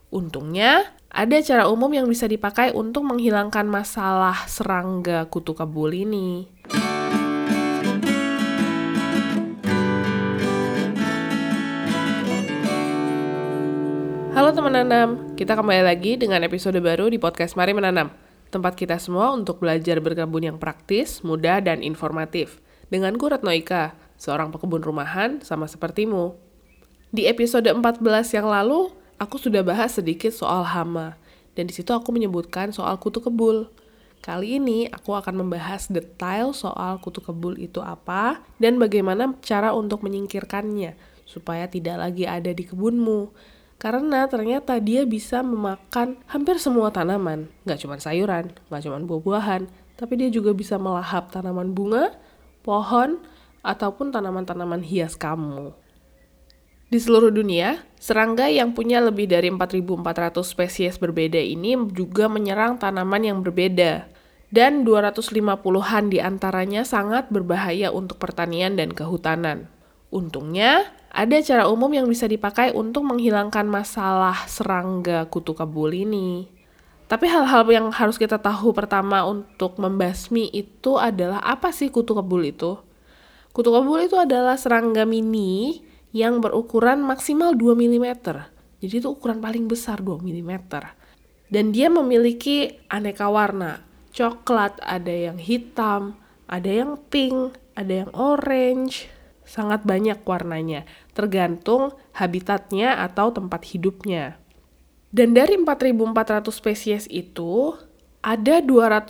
Untungnya, ada cara umum yang bisa dipakai untuk menghilangkan masalah serangga kutu kebul ini. Halo teman nanam, kita kembali lagi dengan episode baru di podcast Mari Menanam. Tempat kita semua untuk belajar berkebun yang praktis, mudah, dan informatif. Denganku Retno Ika, seorang pekebun rumahan sama sepertimu. Di episode 14 yang lalu, aku sudah bahas sedikit soal hama. Dan di situ aku menyebutkan soal kutu kebul. Kali ini aku akan membahas detail soal kutu kebul itu apa dan bagaimana cara untuk menyingkirkannya supaya tidak lagi ada di kebunmu. Karena ternyata dia bisa memakan hampir semua tanaman. Nggak cuma sayuran, nggak cuma buah-buahan, tapi dia juga bisa melahap tanaman bunga, pohon, ataupun tanaman-tanaman hias kamu. Di seluruh dunia, serangga yang punya lebih dari 4.400 spesies berbeda ini juga menyerang tanaman yang berbeda. Dan 250-an diantaranya sangat berbahaya untuk pertanian dan kehutanan. Untungnya, ada cara umum yang bisa dipakai untuk menghilangkan masalah serangga kutu kebul ini. Tapi hal-hal yang harus kita tahu pertama untuk membasmi itu adalah apa sih kutu kebul itu? Kutu kebul itu adalah serangga mini yang berukuran maksimal 2 mm. Jadi itu ukuran paling besar 2 mm. Dan dia memiliki aneka warna. Coklat, ada yang hitam, ada yang pink, ada yang orange. Sangat banyak warnanya, tergantung habitatnya atau tempat hidupnya. Dan dari 4.400 spesies itu, ada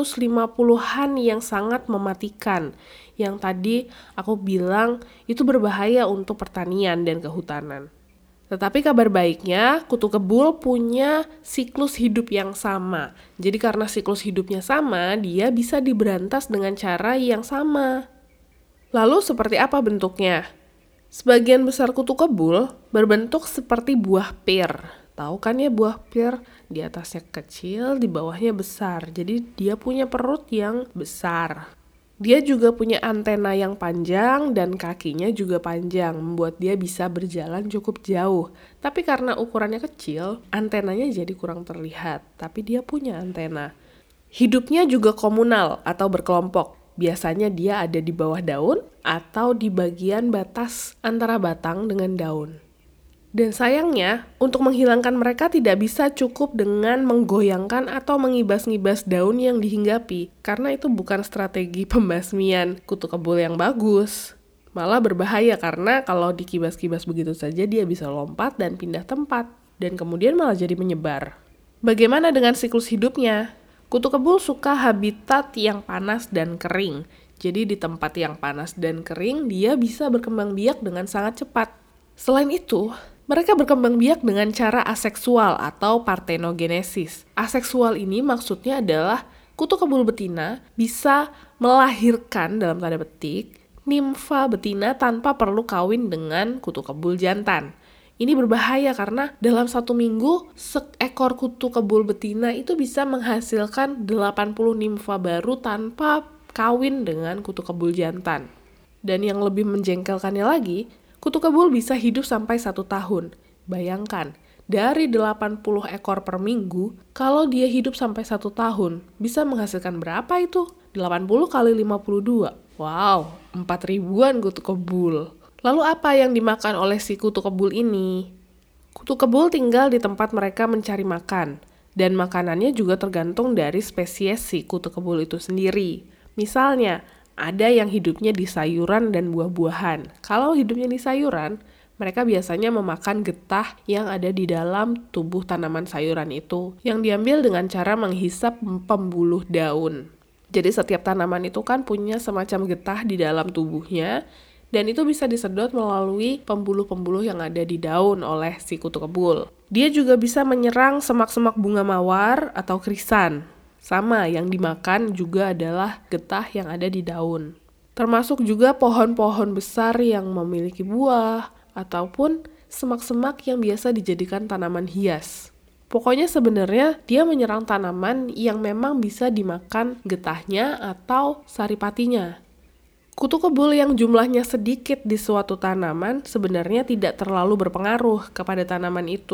250-an yang sangat mematikan. Yang tadi aku bilang itu berbahaya untuk pertanian dan kehutanan. Tetapi kabar baiknya, kutu kebul punya siklus hidup yang sama. Jadi karena siklus hidupnya sama, dia bisa diberantas dengan cara yang sama. Lalu seperti apa bentuknya? Sebagian besar kutu kebul berbentuk seperti buah pir. Tahu kan ya buah pir? Di atasnya kecil, di bawahnya besar. Jadi dia punya perut yang besar. Dia juga punya antena yang panjang dan kakinya juga panjang, membuat dia bisa berjalan cukup jauh. Tapi karena ukurannya kecil, antenanya jadi kurang terlihat. Tapi dia punya antena. Hidupnya juga komunal atau berkelompok. Biasanya dia ada di bawah daun atau di bagian batas antara batang dengan daun. Dan sayangnya, untuk menghilangkan mereka tidak bisa cukup dengan menggoyangkan atau mengibas-ngibas daun yang dihinggapi, karena itu bukan strategi pembasmian kutu kebul yang bagus. Malah berbahaya karena kalau dikibas-kibas begitu saja dia bisa lompat dan pindah tempat, dan kemudian malah jadi menyebar. Bagaimana dengan siklus hidupnya? Kutu kebul suka habitat yang panas dan kering. Jadi di tempat yang panas dan kering, dia bisa berkembang biak dengan sangat cepat. Selain itu, mereka berkembang biak dengan cara aseksual atau partenogenesis. Aseksual ini maksudnya adalah kutu kebul betina bisa melahirkan dalam tanda petik nimfa betina tanpa perlu kawin dengan kutu kebul jantan. Ini berbahaya karena dalam 1 minggu, seekor kutu kebul betina itu bisa menghasilkan 80 nimfa baru tanpa kawin dengan kutu kebul jantan. Dan yang lebih menjengkelkannya lagi, kutu kebul bisa hidup sampai 1 tahun. Bayangkan, dari 80 ekor per minggu, kalau dia hidup sampai 1 tahun, bisa menghasilkan berapa itu? 80 kali 52. Wow, 4.000-an kutu kebul. Lalu apa yang dimakan oleh si kutu kebul ini? Kutu kebul tinggal di tempat mereka mencari makan, dan makanannya juga tergantung dari spesies si kutu kebul itu sendiri. Misalnya, ada yang hidupnya di sayuran dan buah-buahan. Kalau hidupnya di sayuran, mereka biasanya memakan getah yang ada di dalam tubuh tanaman sayuran itu, yang diambil dengan cara menghisap pembuluh daun. Jadi setiap tanaman itu kan punya semacam getah di dalam tubuhnya, dan itu bisa disedot melalui pembuluh-pembuluh yang ada di daun oleh si kutu kebul. Dia juga bisa menyerang semak-semak bunga mawar atau krisan. Sama, yang dimakan juga adalah getah yang ada di daun. Termasuk juga pohon-pohon besar yang memiliki buah, ataupun semak-semak yang biasa dijadikan tanaman hias. Pokoknya sebenarnya dia menyerang tanaman yang memang bisa dimakan getahnya atau saripatinya. Kutu kebul yang jumlahnya sedikit di suatu tanaman sebenarnya tidak terlalu berpengaruh kepada tanaman itu.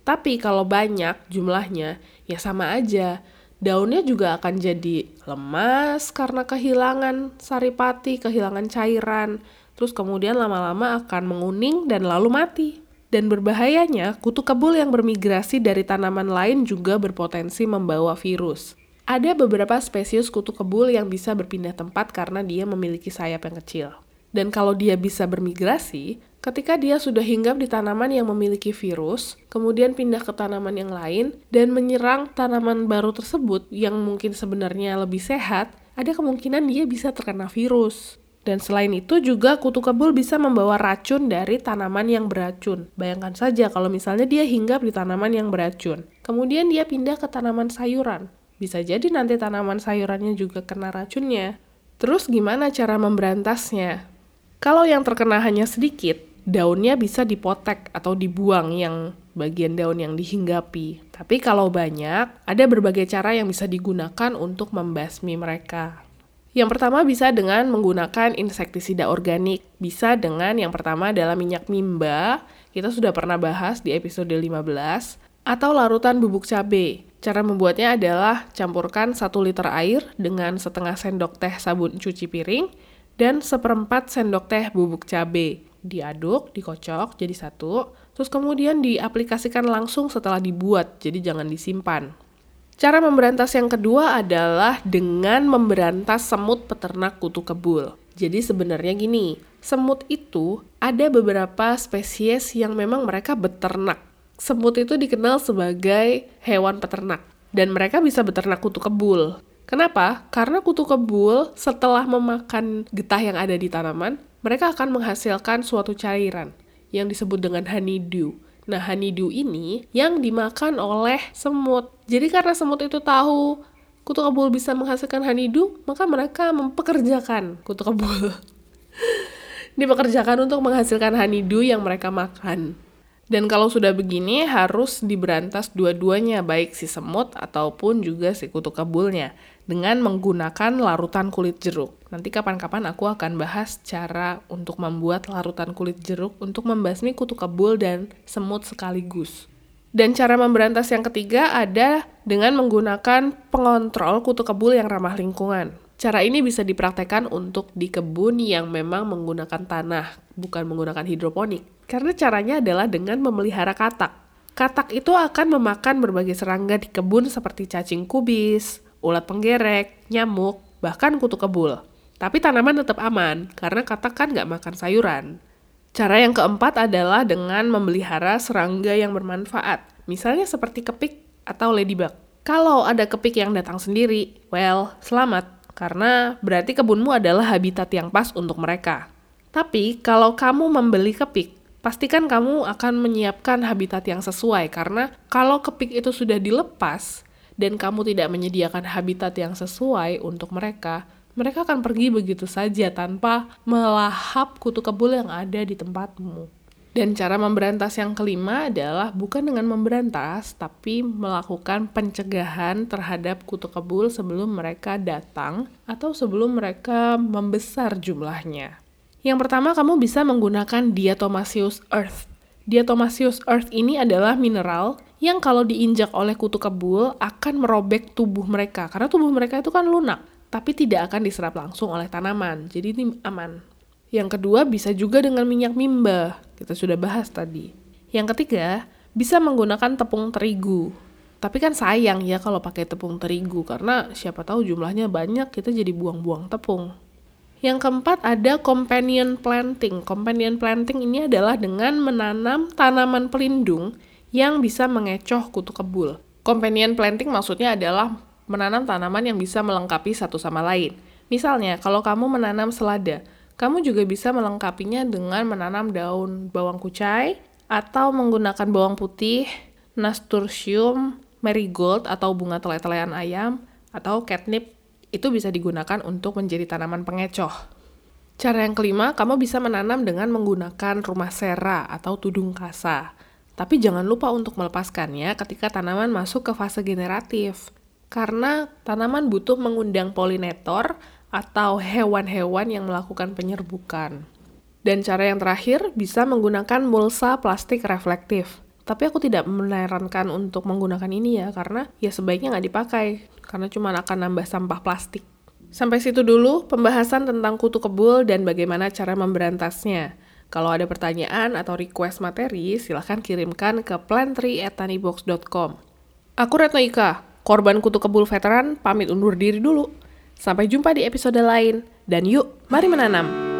Tapi kalau banyak jumlahnya, ya sama aja. Daunnya juga akan jadi lemas karena kehilangan saripati, kehilangan cairan. Terus kemudian lama-lama akan menguning dan lalu mati. Dan berbahayanya, kutu kebul yang bermigrasi dari tanaman lain juga berpotensi membawa virus. Ada beberapa spesies kutu kebul yang bisa berpindah tempat karena dia memiliki sayap yang kecil. Dan kalau dia bisa bermigrasi, ketika dia sudah hinggap di tanaman yang memiliki virus, kemudian pindah ke tanaman yang lain, dan menyerang tanaman baru tersebut yang mungkin sebenarnya lebih sehat, ada kemungkinan dia bisa terkena virus. Dan selain itu juga kutu kebul bisa membawa racun dari tanaman yang beracun. Bayangkan saja kalau misalnya dia hinggap di tanaman yang beracun. Kemudian dia pindah ke tanaman sayuran. Bisa jadi nanti tanaman sayurannya juga kena racunnya. Terus gimana cara memberantasnya? Kalau yang terkena hanya sedikit, daunnya bisa dipotek atau dibuang yang bagian daun yang dihinggapi. Tapi kalau banyak, ada berbagai cara yang bisa digunakan untuk membasmi mereka. Yang pertama bisa dengan menggunakan insektisida organik. Bisa dengan yang pertama adalah minyak mimba, kita sudah pernah bahas di episode 15, atau larutan bubuk cabai. Cara membuatnya adalah campurkan 1 liter air dengan setengah sendok teh sabun cuci piring, dan 1/4 sendok teh bubuk cabai. Diaduk, dikocok jadi satu, terus kemudian diaplikasikan langsung setelah dibuat, jadi jangan disimpan. Cara memberantas yang kedua adalah dengan memberantas semut peternak kutu kebul. Jadi sebenarnya gini, semut itu ada beberapa spesies yang memang mereka beternak. Semut itu dikenal sebagai hewan peternak, dan mereka bisa beternak kutu kebul. Kenapa? Karena kutu kebul setelah memakan getah yang ada di tanaman, mereka akan menghasilkan suatu cairan yang disebut dengan honeydew. Nah, honeydew ini yang dimakan oleh semut. Jadi karena semut itu tahu kutu kebul bisa menghasilkan honeydew, maka mereka mempekerjakan kutu kebul. Dipekerjakan untuk menghasilkan honeydew yang mereka makan. Dan kalau sudah begini harus diberantas dua-duanya, baik si semut ataupun juga si kutu kebulnya, dengan menggunakan larutan kulit jeruk. Nanti kapan-kapan aku akan bahas cara untuk membuat larutan kulit jeruk untuk membasmi kutu kebul dan semut sekaligus. Dan cara memberantas yang ketiga ada dengan menggunakan pengontrol kutu kebul yang ramah lingkungan. Cara ini bisa dipraktekkan untuk di kebun yang memang menggunakan tanah, bukan menggunakan hidroponik. Karena caranya adalah dengan memelihara katak. Katak itu akan memakan berbagai serangga di kebun seperti cacing kubis, ulat penggerek, nyamuk, bahkan kutu kebul. Tapi tanaman tetap aman, karena katak kan nggak makan sayuran. Cara yang keempat adalah dengan memelihara serangga yang bermanfaat, misalnya seperti kepik atau ladybug. Kalau ada kepik yang datang sendiri, well, selamat. Karena berarti kebunmu adalah habitat yang pas untuk mereka. Tapi kalau kamu membeli kepik, pastikan kamu akan menyiapkan habitat yang sesuai. Karena kalau kepik itu sudah dilepas dan kamu tidak menyediakan habitat yang sesuai untuk mereka, mereka akan pergi begitu saja tanpa melahap kutu kebul yang ada di tempatmu. Dan cara memberantas yang kelima adalah bukan dengan memberantas, tapi melakukan pencegahan terhadap kutu kebul sebelum mereka datang atau sebelum mereka membesar jumlahnya. Yang pertama, kamu bisa menggunakan diatomaceous earth. Diatomaceous earth ini adalah mineral yang kalau diinjak oleh kutu kebul akan merobek tubuh mereka. Karena tubuh mereka itu kan lunak, tapi tidak akan diserap langsung oleh tanaman. Jadi ini aman. Yang kedua, bisa juga dengan minyak mimba. Kita sudah bahas tadi. Yang ketiga, bisa menggunakan tepung terigu. Tapi kan sayang ya kalau pakai tepung terigu, karena siapa tahu jumlahnya banyak, kita jadi buang-buang tepung. Yang keempat, ada companion planting. Companion planting ini adalah dengan menanam tanaman pelindung yang bisa mengecoh kutu kebul. Companion planting maksudnya adalah menanam tanaman yang bisa melengkapi satu sama lain. Misalnya, kalau kamu menanam selada, kamu juga bisa melengkapinya dengan menanam daun bawang kucai atau menggunakan bawang putih, nasturtium, marigold atau bunga tele-telean ayam, atau catnip. Itu bisa digunakan untuk menjadi tanaman pengecoh. Cara yang kelima, kamu bisa menanam dengan menggunakan rumah sera atau tudung kasa. Tapi jangan lupa untuk melepaskannya ketika tanaman masuk ke fase generatif. Karena tanaman butuh mengundang polinator atau hewan-hewan yang melakukan penyerbukan. Dan cara yang terakhir, bisa menggunakan mulsa plastik reflektif. Tapi aku tidak menyarankan untuk menggunakan ini ya, karena ya sebaiknya nggak dipakai, karena cuma akan nambah sampah plastik. Sampai situ dulu pembahasan tentang kutu kebul dan bagaimana cara memberantasnya. Kalau ada pertanyaan atau request materi, silahkan kirimkan ke plantry@tanibox.com. Aku Retno Ika, korban kutu kebul veteran, pamit undur diri dulu. Sampai jumpa di episode lain, dan yuk, mari menanam!